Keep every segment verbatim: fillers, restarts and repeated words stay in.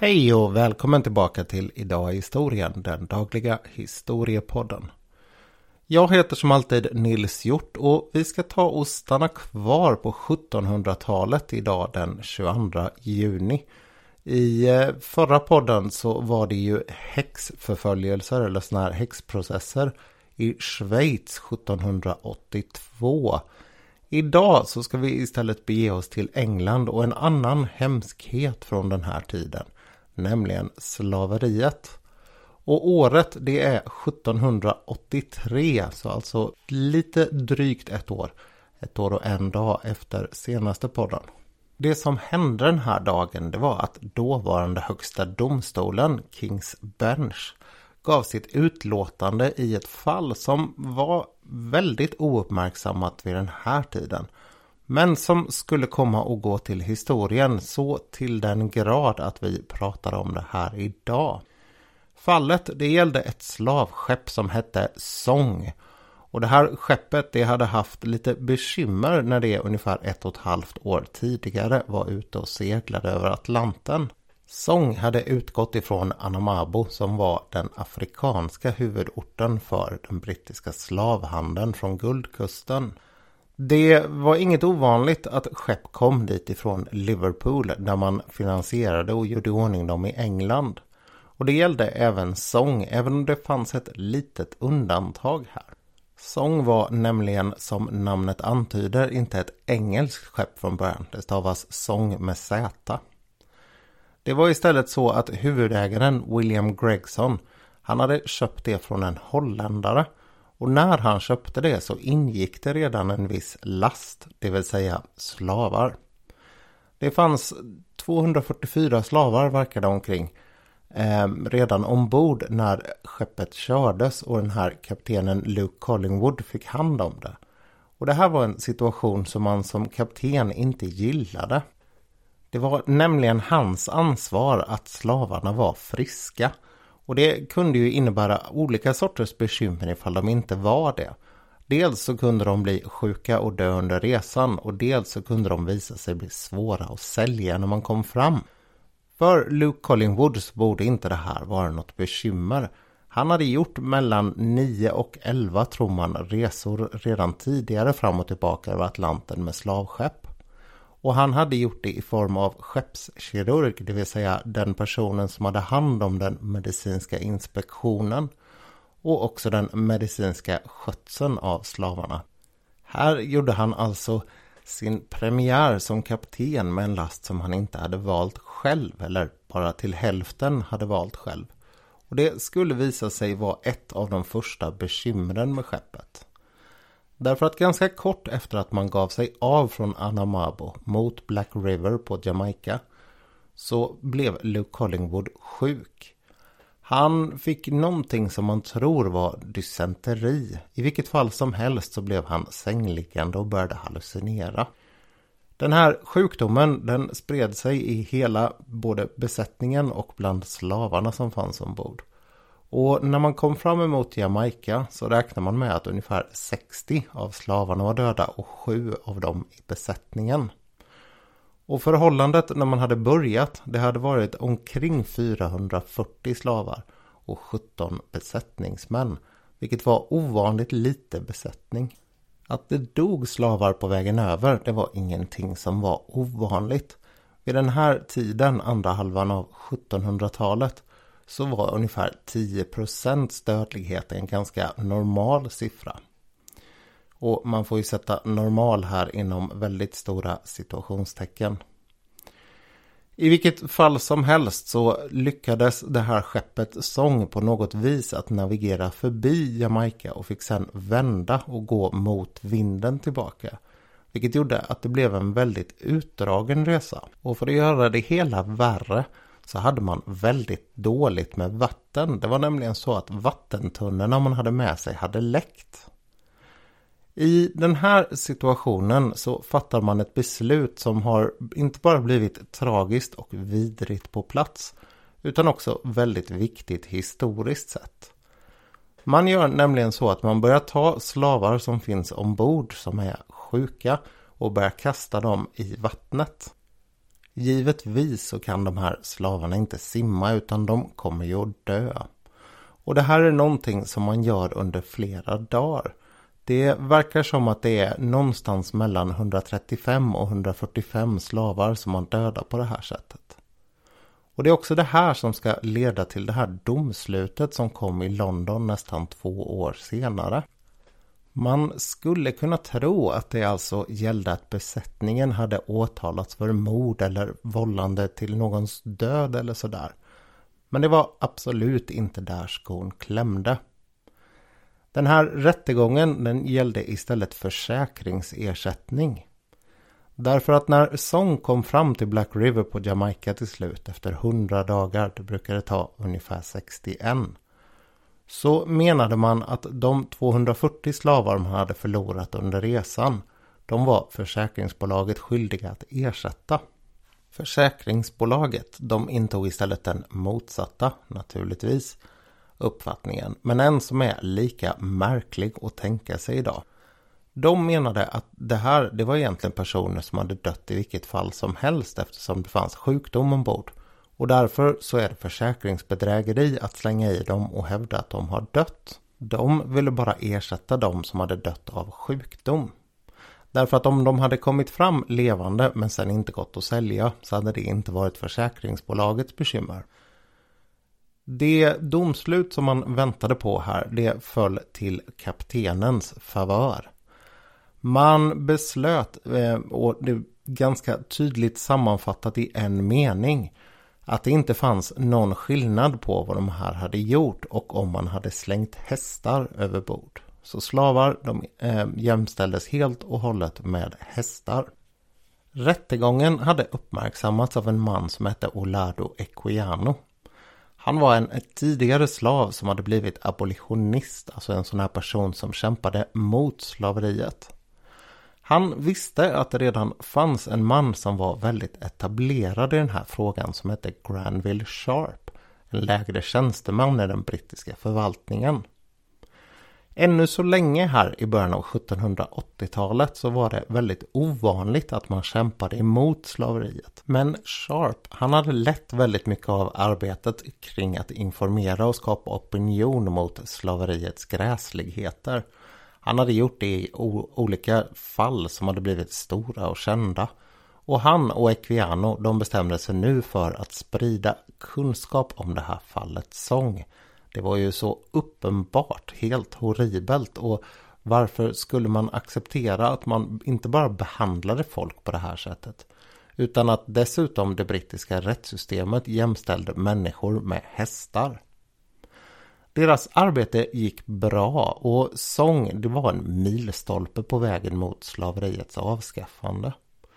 Hej och välkommen tillbaka till Idag i historien, den dagliga historiepodden. Jag heter som alltid Nils Hjort och vi ska ta och stanna kvar på sjuttonhundratalet idag den tjugoandra juni. I förra podden så var det ju häxförföljelser eller såna här häxprocesser i Schweiz sjuttonhundraåttiotvå. Idag så ska vi istället bege oss till England och en annan hemskhet från den här tiden, nämligen slaveriet. Och året det är sjuttonhundraåttiotre, så alltså lite drygt ett år. Ett år och en dag efter senaste podden. Det som hände den här dagen det var att dåvarande högsta domstolen, King's Bench, gav sitt utlåtande i ett fall som var väldigt ouppmärksammat vid den här tiden. Men som skulle komma att gå till historien så till den grad att vi pratar om det här idag. Fallet det gällde ett slavskepp som hette Song. Och det här skeppet det hade haft lite bekymmer när det ungefär ett och ett halvt år tidigare var ute och seglade över Atlanten. Song hade utgått ifrån Anamabo som var den afrikanska huvudorten för den brittiska slavhandeln från Guldkusten. Det var inget ovanligt att skepp kom dit ifrån Liverpool där man finansierade och gjorde ordning dem i England. Och det gällde även Song, även om det fanns ett litet undantag här. Song var nämligen, som namnet antyder, inte ett engelskt skepp från början. Det stavas Song med Z. Det var istället så att huvudägaren William Gregson, han hade köpt det från en holländare. Och när han köpte det så ingick det redan en viss last, det vill säga slavar. Det fanns tvåhundrafyrtiofyra slavar verkade omkring eh, redan ombord när skeppet kördes och den här kaptenen Luke Collingwood fick hand om det. Och det här var en situation som man som kapten inte gillade. Det var nämligen hans ansvar att slavarna var friska. Och det kunde ju innebära olika sorters bekymmer ifall de inte var det. Dels så kunde de bli sjuka och dö under resan och dels så kunde de visa sig bli svåra att sälja när man kom fram. För Luke Collingwood så borde inte det här vara något bekymmer. Han hade gjort mellan nio och elva tror man resor redan tidigare fram och tillbaka över Atlanten med slavskepp. Och han hade gjort det i form av skeppskirurg, det vill säga den personen som hade hand om den medicinska inspektionen och också den medicinska skötseln av slavarna. Här gjorde han alltså sin premiär som kapten med en last som han inte hade valt själv eller bara till hälften hade valt själv. Och det skulle visa sig vara ett av de första bekymren med skeppet. Därför att ganska kort efter att man gav sig av från Anamabo mot Black River på Jamaica så blev Luke Collingwood sjuk. Han fick någonting som man tror var dysenteri. I vilket fall som helst så blev han sängliggande och började hallucinera. Den här sjukdomen den spred sig i hela både besättningen och bland slavarna som fanns ombord. Och när man kom fram emot Jamaica så räknar man med att ungefär sextio av slavarna var döda och sju av dem i besättningen. Och förhållandet när man hade börjat det hade varit omkring fyrahundrafyrtio slavar och sjutton besättningsmän. Vilket var ovanligt lite besättning. Att det dog slavar på vägen över det var ingenting som var ovanligt. Vid den här tiden, andra halvan av sjuttonhundratalet, så var ungefär tio procent dödlighet en ganska normal siffra. Och man får ju sätta normal här inom väldigt stora situationstecken. I vilket fall som helst så lyckades det här skeppet Song på något vis att navigera förbi Jamaica och fick sedan vända och gå mot vinden tillbaka. Vilket gjorde att det blev en väldigt utdragen resa. Och för att göra det hela värre så hade man väldigt dåligt med vatten. Det var nämligen så att vattentunnorna man hade med sig hade läckt. I den här situationen så fattar man ett beslut som har inte bara blivit tragiskt och vidrigt på plats utan också väldigt viktigt historiskt sett. Man gör nämligen så att man börjar ta slavar som finns ombord som är sjuka och börjar kasta dem i vattnet. Givetvis så kan de här slavarna inte simma utan de kommer ju att dö. Och det här är någonting som man gör under flera dagar. Det verkar som att det är någonstans mellan hundratrettiofem och hundrafyrtiofem slavar som man dödar på det här sättet. Och det är också det här som ska leda till det här domslutet som kom i London nästan två år senare. Man skulle kunna tro att det alltså gällde att besättningen hade åtalats för mord eller vållande till någons död eller sådär. Men det var absolut inte där skon klämde. Den här rättegången den gällde istället försäkringsersättning. Därför att när Song kom fram till Black River på Jamaica till slut efter hundra dagar, det brukade ta ungefär sextioen, så menade man att de tvåhundrafyrtio slavar man hade förlorat under resan, de var försäkringsbolaget skyldiga att ersätta. Försäkringsbolaget, de intog istället den motsatta, naturligtvis, uppfattningen, men en som är lika märklig att tänka sig idag. De menade att det här, det var egentligen personer som hade dött i vilket fall som helst eftersom det fanns sjukdom ombord. Och därför så är det försäkringsbedrägeri att slänga i dem och hävda att de har dött. De ville bara ersätta dem som hade dött av sjukdom. Därför att om de hade kommit fram levande men sen inte gått att sälja så hade det inte varit försäkringsbolagets bekymmer. Det domslut som man väntade på här, det föll till kaptenens favör. Man beslöt, och det är ganska tydligt sammanfattat i en mening, att det inte fanns någon skillnad på vad de här hade gjort och om man hade slängt hästar över bord. Så slavar, de eh, jämställdes helt och hållet med hästar. Rättegången hade uppmärksammats av en man som hette Olado Equiano. Han var en tidigare slav som hade blivit abolitionist, alltså en sån här person som kämpade mot slaveriet. Han visste att det redan fanns en man som var väldigt etablerad i den här frågan som hette Granville Sharp, en lägre tjänsteman i den brittiska förvaltningen. Ännu så länge här i början av sjuttonhundraåttiotalet så var det väldigt ovanligt att man kämpade emot slaveriet. Men Sharp, han hade lett väldigt mycket av arbetet kring att informera och skapa opinion mot slaveriets gräsligheter. Han hade gjort det i o- olika fall som hade blivit stora och kända. Och han och Equiano, de bestämde sig nu för att sprida kunskap om det här fallet Song. Det var ju så uppenbart, helt horribelt, och varför skulle man acceptera att man inte bara behandlade folk på det här sättet, utan att dessutom det brittiska rättssystemet jämställde människor med hästar. Deras arbete gick bra och Song, det var en milstolpe på vägen mot slaveriets avskaffande.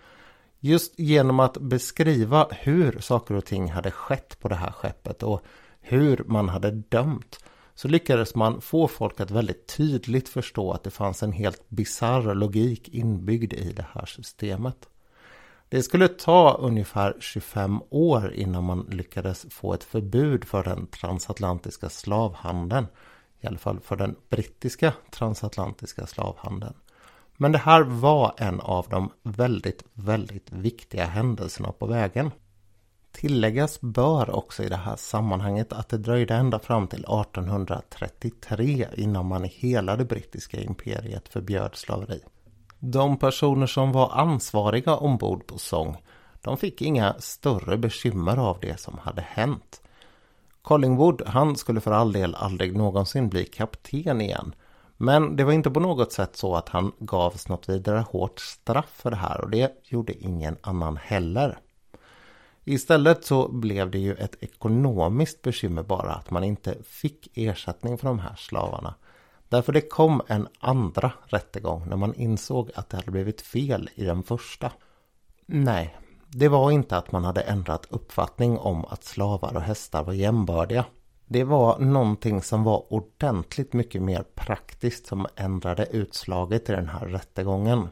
Just genom att beskriva hur saker och ting hade skett på det här skeppet och hur man hade dömt, så lyckades man få folk att väldigt tydligt förstå att det fanns en helt bizarr logik inbyggd i det här systemet. Det skulle ta ungefär tjugofem år innan man lyckades få ett förbud för den transatlantiska slavhandeln, i alla fall för den brittiska transatlantiska slavhandeln. Men det här var en av de väldigt, väldigt viktiga händelserna på vägen. Tilläggas bör också i det här sammanhanget att det dröjde ända fram till artonhundratrettiotre innan man i hela det brittiska imperiet förbjöd slaveri. De personer som var ansvariga ombord på Song, de fick inga större bekymmer av det som hade hänt. Collingwood, han skulle för all del aldrig någonsin bli kapten igen. Men det var inte på något sätt så att han gavs något vidare hårt straff för det här, och det gjorde ingen annan heller. Istället så blev det ju ett ekonomiskt bekymmer bara att man inte fick ersättning för de här slavarna. Därför det kom en andra rättegång när man insåg att det hade blivit fel i den första. Nej, det var inte att man hade ändrat uppfattning om att slavar och hästar var jämbördiga. Det var någonting som var ordentligt mycket mer praktiskt som ändrade utslaget i den här rättegången.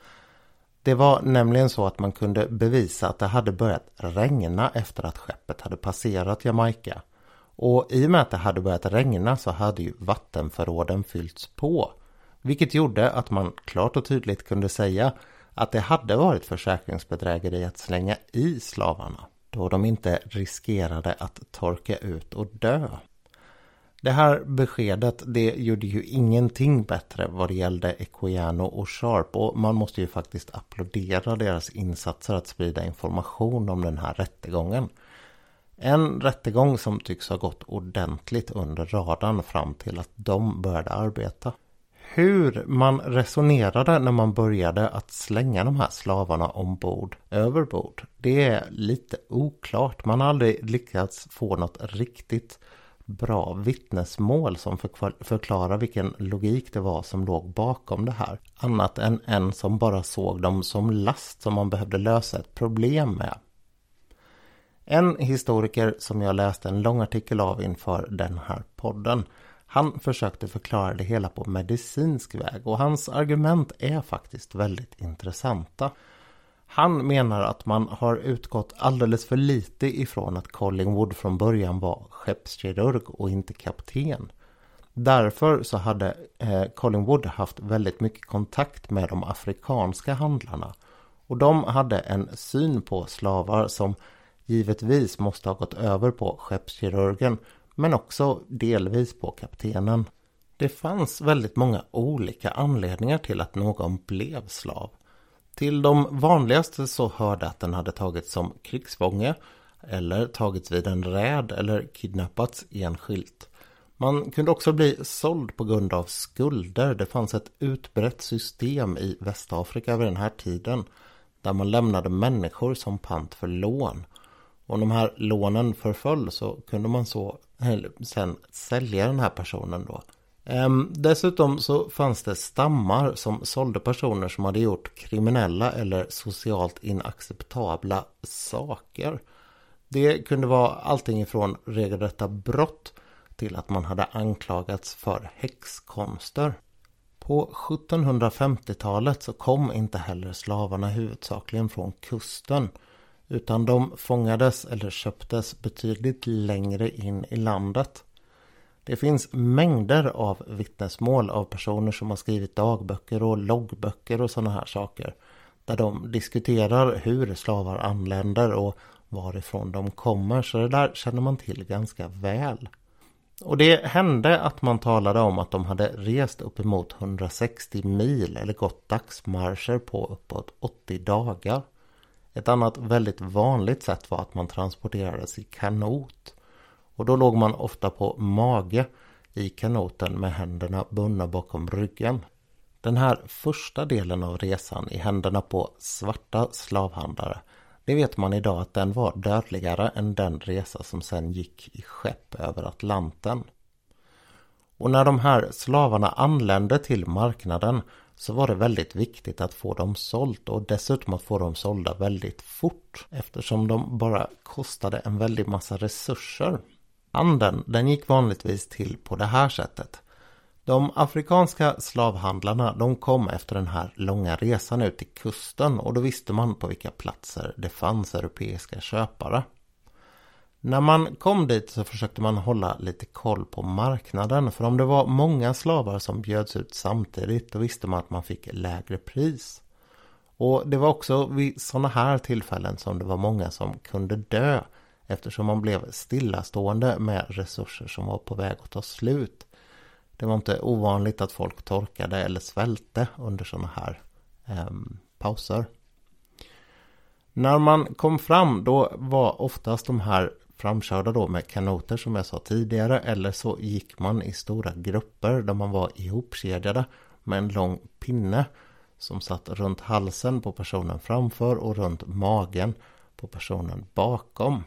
Det var nämligen så att man kunde bevisa att det hade börjat regna efter att skeppet hade passerat Jamaica. Och i och med att det hade börjat regna så hade ju vattenförråden fyllts på. Vilket gjorde att man klart och tydligt kunde säga att det hade varit försäkringsbedrägeri att slänga i slavarna, då de inte riskerade att torka ut och dö. Det här beskedet, det gjorde ju ingenting bättre vad det gällde Equiano och Sharp, och man måste ju faktiskt applådera deras insatser att sprida information om den här rättegången. En rättegång som tycks ha gått ordentligt under radarn fram till att de började arbeta. Hur man resonerade när man började att slänga de här slavarna ombord, överbord, det är lite oklart. Man har aldrig lyckats få något riktigt bra vittnesmål som förklarar vilken logik det var som låg bakom det här. Annat än en som bara såg dem som last som man behövde lösa ett problem med. En historiker som jag läste en lång artikel av inför den här podden, han försökte förklara det hela på medicinsk väg, och hans argument är faktiskt väldigt intressanta. Han menar att man har utgått alldeles för lite ifrån att Collingwood från början var skeppskirurg och inte kapten. Därför så hade eh, Collingwood haft väldigt mycket kontakt med de afrikanska handlarna, och de hade en syn på slavar som givetvis måste ha gått över på skeppskirurgen, men också delvis på kaptenen. Det fanns väldigt många olika anledningar till att någon blev slav. Till de vanligaste så hörde att den hade tagits som krigsfånge, eller tagits vid en räd, eller kidnappats enskilt. Man kunde också bli såld på grund av skulder. Det fanns ett utbrett system i Västafrika vid den här tiden, där man lämnade människor som pant för lån. Och om de här lånen förföll så kunde man så sen sälja den här personen då. Ehm, dessutom så fanns det stammar som sålde personer som hade gjort kriminella eller socialt inacceptabla saker. Det kunde vara allting ifrån regelrätta brott till att man hade anklagats för häxkonster. På sjuttonhundrafemtiotalet så kom inte heller slavarna huvudsakligen från kusten, utan de fångades eller köptes betydligt längre in i landet. Det finns mängder av vittnesmål av personer som har skrivit dagböcker och loggböcker och sådana här saker, där de diskuterar hur slavar anländer och varifrån de kommer, så det där känner man till ganska väl. Och det hände att man talade om att de hade rest uppemot hundrasextio mil eller gått dagsmarscher på uppåt åttio dagar. Ett annat väldigt vanligt sätt var att man transporterades i kanot. Och då låg man ofta på mage i kanoten med händerna bundna bakom ryggen. Den här första delen av resan i händerna på svarta slavhandlare, det vet man idag att den var dödligare än den resa som sen gick i skepp över Atlanten. Och när de här slavarna anlände till marknaden så var det väldigt viktigt att få dem sålt, och dessutom att få dem sålda väldigt fort, eftersom de bara kostade en väldigt massa resurser. Handeln, den gick vanligtvis till på det här sättet. De afrikanska slavhandlarna, de kom efter den här långa resan ut till kusten, och då visste man på vilka platser det fanns europeiska köpare. När man kom dit så försökte man hålla lite koll på marknaden, för om det var många slavar som bjöds ut samtidigt, då visste man att man fick lägre pris. Och det var också vid sådana här tillfällen som det var många som kunde dö, eftersom man blev stillastående med resurser som var på väg att ta slut. Det var inte ovanligt att folk torkade eller svälte under sådana här eh, pauser. När man kom fram, då var oftast de här framkörda då med kanoter som jag sa tidigare, eller så gick man i stora grupper där man var ihopkedjade med en lång pinne som satt runt halsen på personen framför och runt magen på personen bakom.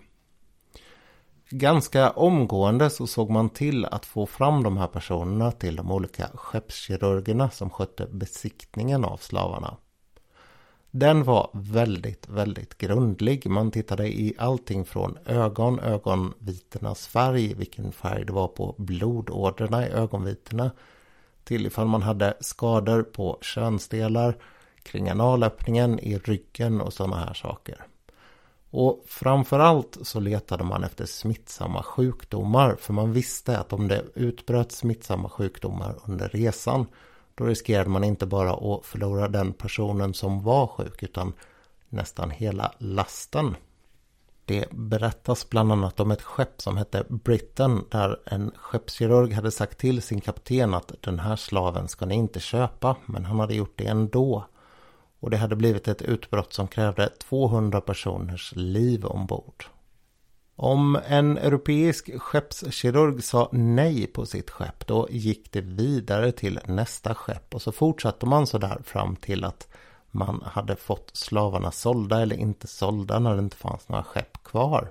Ganska omgående så såg man till att få fram de här personerna till de olika skeppskirurgerna som skötte besiktningen av slavarna. Den var väldigt, väldigt grundlig. Man tittade i allting från ögon, ögonvitornas färg, vilken färg det var på blodådrorna i ögonvitorna, till ifall man hade skador på könsdelar, kring analöppningen, i ryggen och sådana här saker. Och framförallt så letade man efter smittsamma sjukdomar, för man visste att om det utbröt smittsamma sjukdomar under resan, Då riskerade man inte bara att förlora den personen som var sjuk utan nästan hela lasten. Det berättas bland annat om ett skepp som hette Britain där en skeppskirurg hade sagt till sin kapten att den här slaven ska ni inte köpa, men han hade gjort det ändå. Och det hade blivit ett utbrott som krävde tvåhundra personers liv ombord. Om en europeisk skeppskirurg sa nej på sitt skepp, då gick det vidare till nästa skepp och så fortsatte man så där fram till att man hade fått slavarna sålda eller inte sålda när det inte fanns några skepp kvar.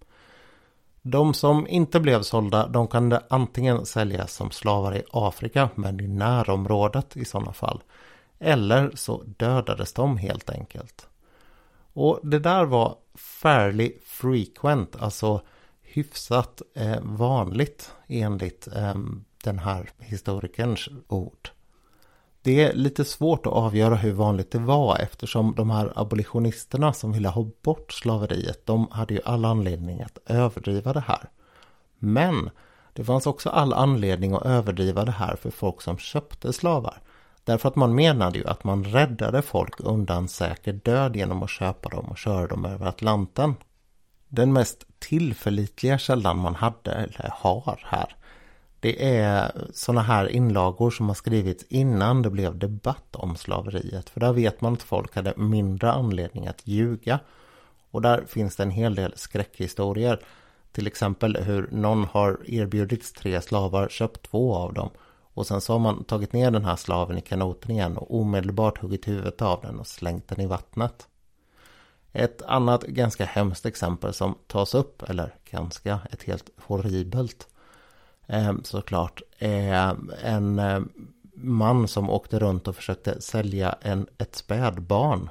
De som inte blev sålda, de kunde antingen säljas som slavar i Afrika, men i närområdet i sådana fall. Eller så dödades de helt enkelt. Och det där var fairly frequent, alltså hyfsat eh, vanligt enligt eh, den här historikerns ord. Det är lite svårt att avgöra hur vanligt det var eftersom de här abolitionisterna som ville ha bort slaveriet, de hade ju alla anledning att överdriva det här. Men det fanns också all anledning att överdriva det här för folk som köpte slavar. Därför att man menade ju att man räddade folk undan säker död genom att köpa dem och köra dem över Atlanten. Den mest tillförlitliga källan man hade, eller har här, det är såna här inlagor som har skrivits innan det blev debatt om slaveriet. För där vet man att folk hade mindre anledning att ljuga. Och där finns det en hel del skräckhistorier. Till exempel hur någon har erbjudits tre slavar, köpt två av dem. Och sen så har man tagit ner den här slaven i kanoten igen och omedelbart huggit huvudet av den och slängt den i vattnet. Ett annat ganska hemskt exempel som tas upp, eller ganska, ett helt horribelt eh, såklart, är en eh, man som åkte runt och försökte sälja en, ett spädbarn.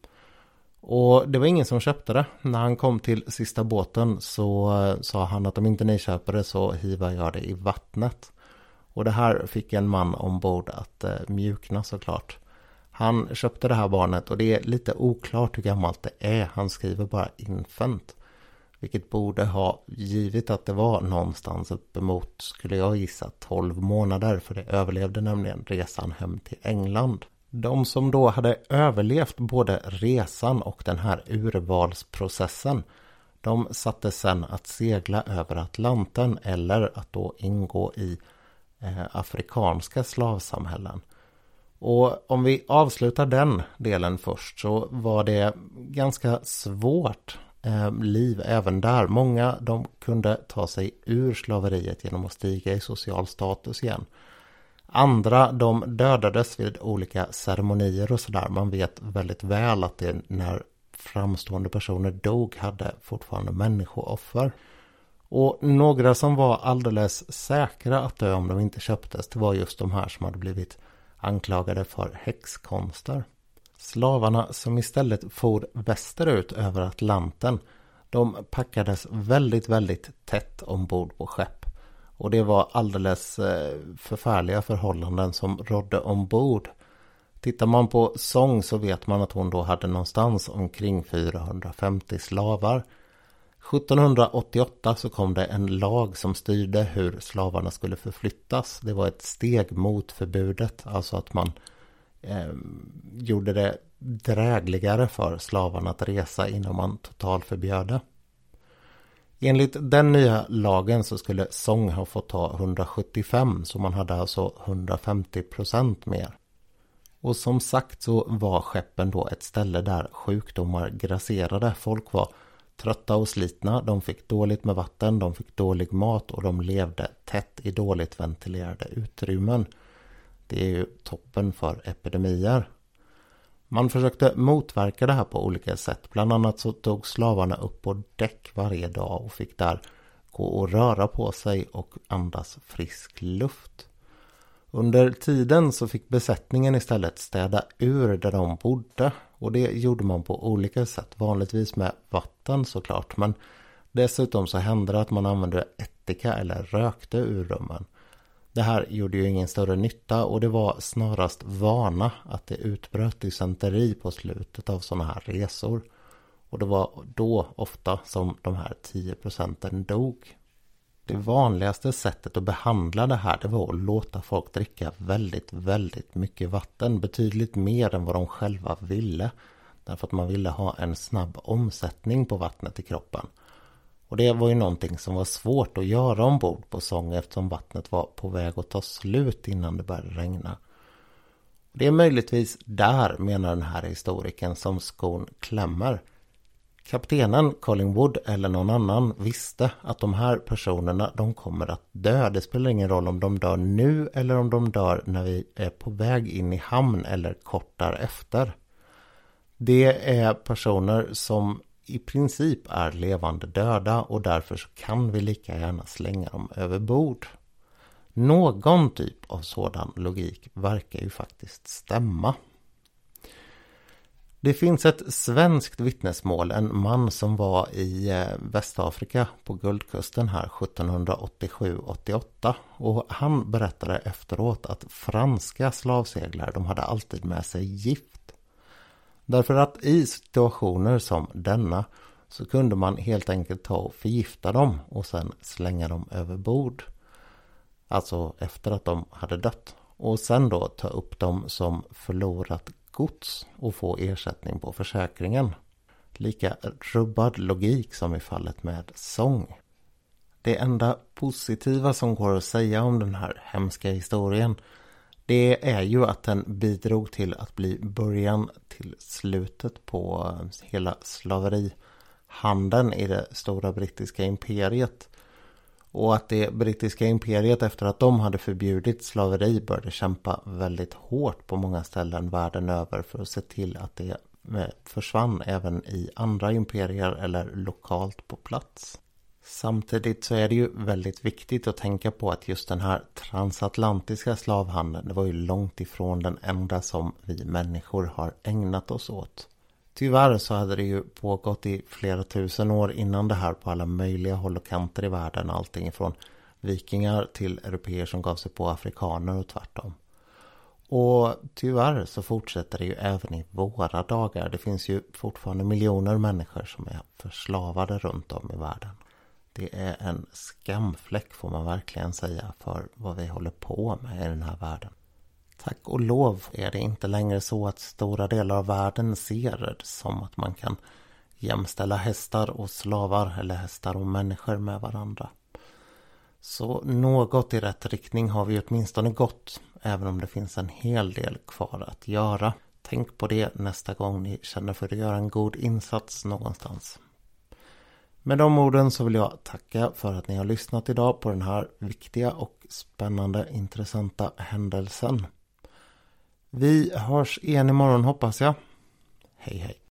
Och det var ingen som köpte det. När han kom till sista båten så eh, sa han att om inte ni köper det så hivar jag det i vattnet. Och det här fick en man ombord att eh, mjukna såklart. Han köpte det här barnet och det är lite oklart hur gammalt det är. Han skriver bara infant. Vilket borde ha givit att det var någonstans uppemot, skulle jag gissa, tolv månader. För det överlevde nämligen resan hem till England. De som då hade överlevt både resan och den här urvalsprocessen, de satte sen att segla över Atlanten eller att då ingå i eh, afrikanska slavsamhällen. Och om vi avslutar den delen först så var det ganska svårt eh, liv även där. Många de kunde ta sig ur slaveriet genom att stiga i social status igen. Andra de dödades vid olika ceremonier och sådär. Man vet väldigt väl att det när framstående personer dog hade fortfarande människooffer. Och några som var alldeles säkra att dö om de inte köptes, det var just de här som hade blivit anklagade för häxkonster. Slavarna som istället for västerut över Atlanten, de packades väldigt, väldigt tätt ombord på skepp. Och det var alldeles eh, förfärliga förhållanden som rådde ombord. Tittar man på Song så vet man att hon då hade någonstans omkring fyrahundrafemtio slavar. sjuttonhundraåttioåtta så kom det en lag som styrde hur slavarna skulle förflyttas. Det var ett steg mot förbudet, alltså att man eh, gjorde det drägligare för slavarna att resa innan man totalt förbjöd det. Enligt den nya lagen så skulle Song ha fått ta hundrasjuttiofem, så man hade alltså hundrafemtio procent mer. Och som sagt så var skeppen då ett ställe där sjukdomar grasserade. Folk var trötta och slitna, de fick dåligt med vatten, de fick dålig mat och de levde tätt i dåligt ventilerade utrymmen. Det är ju toppen för epidemier. Man försökte motverka det här på olika sätt. Bland annat så tog slavarna upp på däck varje dag och fick där gå och röra på sig och andas frisk luft. Under tiden så fick besättningen istället städa ur där de bodde. Och det gjorde man på olika sätt. Vanligtvis med vatten såklart. Men dessutom så hände det att man använde ättika eller rökte ur rummen. Det här gjorde ju ingen större nytta och det var snarast vana att det utbröt dysenteri på slutet av sådana här resor. Och det var då ofta som de här tio procenten dog. Det vanligaste sättet att behandla det här, det var att låta folk dricka väldigt, väldigt mycket vatten. Betydligt mer än vad de själva ville. Därför att man ville ha en snabb omsättning på vattnet i kroppen. Och det var ju någonting som var svårt att göra ombord på Song eftersom vattnet var på väg att ta slut innan det började regna. Det är möjligtvis där, menar den här historikern, som skon klämmer. Kaptenen Collingwood eller någon annan visste att de här personerna, de kommer att dö. Det spelar ingen roll om de dör nu eller om de dör när vi är på väg in i hamn eller kort därefter. Det är personer som i princip är levande döda och därför så kan vi lika gärna slänga dem över bord. Någon typ av sådan logik verkar ju faktiskt stämma. Det finns ett svenskt vittnesmål, en man som var i Västafrika på Guldkusten här sjuttonhundraåttiosju åttioåtta och han berättade efteråt att franska slavseglare, de hade alltid med sig gift. Därför att i situationer som denna så kunde man helt enkelt ta och förgifta dem och sen slänga dem över bord. Alltså efter att de hade dött. Och sen då ta upp dem som förlorat gods och få ersättning på försäkringen. Lika rubbad logik som i fallet med Song. Det enda positiva som går att säga om den här hemska historien, det är ju att den bidrog till att bli början till slutet på hela slaverihandeln i det stora brittiska imperiet. Och att det brittiska imperiet efter att de hade förbjudit slaveri började kämpa väldigt hårt på många ställen världen över för att se till att det försvann även i andra imperier eller lokalt på plats. Samtidigt så är det ju väldigt viktigt att tänka på att just den här transatlantiska slavhandeln, det var ju långt ifrån den enda som vi människor har ägnat oss åt. Tyvärr så hade det ju pågått i flera tusen år innan det här på alla möjliga håll och kanter i världen. Allting från vikingar till europeer som gav sig på afrikaner och tvärtom. Och tyvärr så fortsätter det ju även i våra dagar. Det finns ju fortfarande miljoner människor som är förslavade runt om i världen. Det är en skamfläck får man verkligen säga för vad vi håller på med i den här världen. Tack och lov är det inte längre så att stora delar av världen ser det som att man kan jämställa hästar och slavar eller hästar och människor med varandra. Så något i rätt riktning har vi åtminstone gått, även om det finns en hel del kvar att göra. Tänk på det nästa gång ni känner för att göra en god insats någonstans. Med de orden så vill jag tacka för att ni har lyssnat idag på den här viktiga och spännande, intressanta händelsen. Vi hörs igen imorgon hoppas jag. Hej hej.